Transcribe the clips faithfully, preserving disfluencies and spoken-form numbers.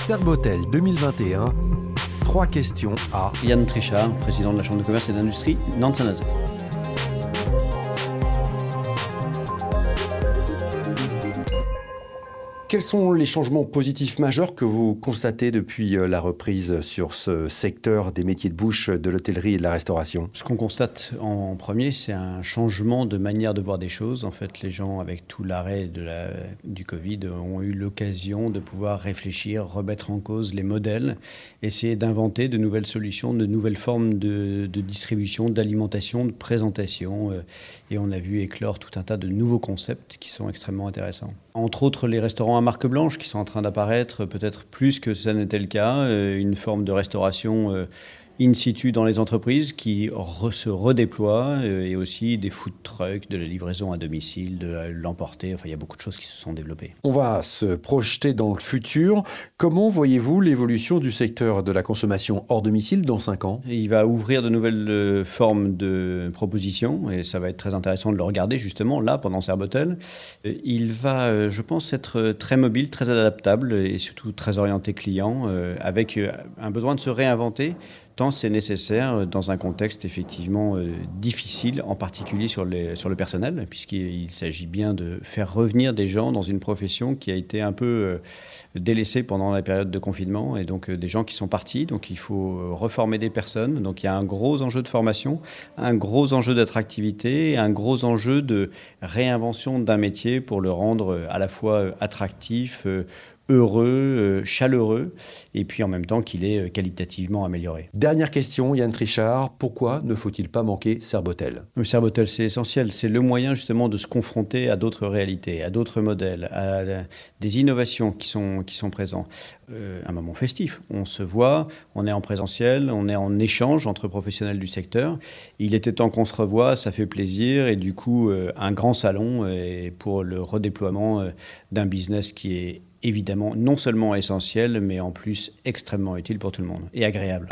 Serbotel deux mille vingt et un. Trois questions à Yann Trichard, président de la Chambre de commerce et d'industrie Nantes-Saint-Nazaire. Quels sont les changements positifs majeurs que vous constatez depuis la reprise sur ce secteur des métiers de bouche, de l'hôtellerie et de la restauration ? Ce qu'on constate en premier, c'est un changement de manière de voir des choses. En fait, les gens, avec tout l'arrêt de la, du Covid, ont eu l'occasion de pouvoir réfléchir, remettre en cause les modèles, essayer d'inventer de nouvelles solutions, de nouvelles formes de, de distribution, d'alimentation, de présentation. Et on a vu éclore tout un tas de nouveaux concepts qui sont extrêmement intéressants. Entre autres, les restaurants à marque blanche qui sont en train d'apparaître, peut-être plus que ça n'était le cas, une forme de restauration in situ dans les entreprises qui re, se redéploient, et aussi des food trucks, de la livraison à domicile, de l'emporter. Enfin, il y a beaucoup de choses qui se sont développées. On va se projeter dans le futur. Comment voyez-vous l'évolution du secteur de la consommation hors domicile dans cinq ans ? Il va ouvrir de nouvelles formes de propositions et ça va être très intéressant de le regarder justement là pendant Serbotel. Il va, je pense, être très mobile, très adaptable et surtout très orienté client, avec un besoin de se réinventer tant c'est nécessaire dans un contexte effectivement euh, difficile, en particulier sur, les, sur le personnel, puisqu'il s'agit bien de faire revenir des gens dans une profession qui a été un peu euh, délaissée pendant la période de confinement, et donc euh, des gens qui sont partis, donc il faut reformer des personnes. Donc il y a un gros enjeu de formation, un gros enjeu d'attractivité, un gros enjeu de réinvention d'un métier pour le rendre à la fois attractif, euh, heureux, euh, chaleureux, et puis en même temps qu'il est euh, qualitativement amélioré. Dernière question, Yann Trichard, pourquoi ne faut-il pas manquer Serbotel ? Le Serbotel, c'est essentiel, c'est le moyen justement de se confronter à d'autres réalités, à d'autres modèles, à, à des innovations qui sont, qui sont présents. Euh, un moment festif, on se voit, on est en présentiel, on est en échange entre professionnels du secteur. Il était temps qu'on se revoie, ça fait plaisir, et du coup, euh, un grand salon euh, pour le redéploiement euh, d'un business qui est évidemment non seulement essentiel, mais en plus extrêmement utile pour tout le monde et agréable.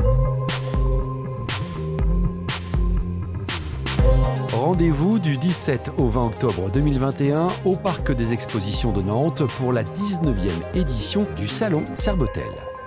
Rendez-vous du dix-sept au vingt octobre deux mille vingt et un au Parc des Expositions de Nantes pour la dix-neuvième édition du Salon Serbotel.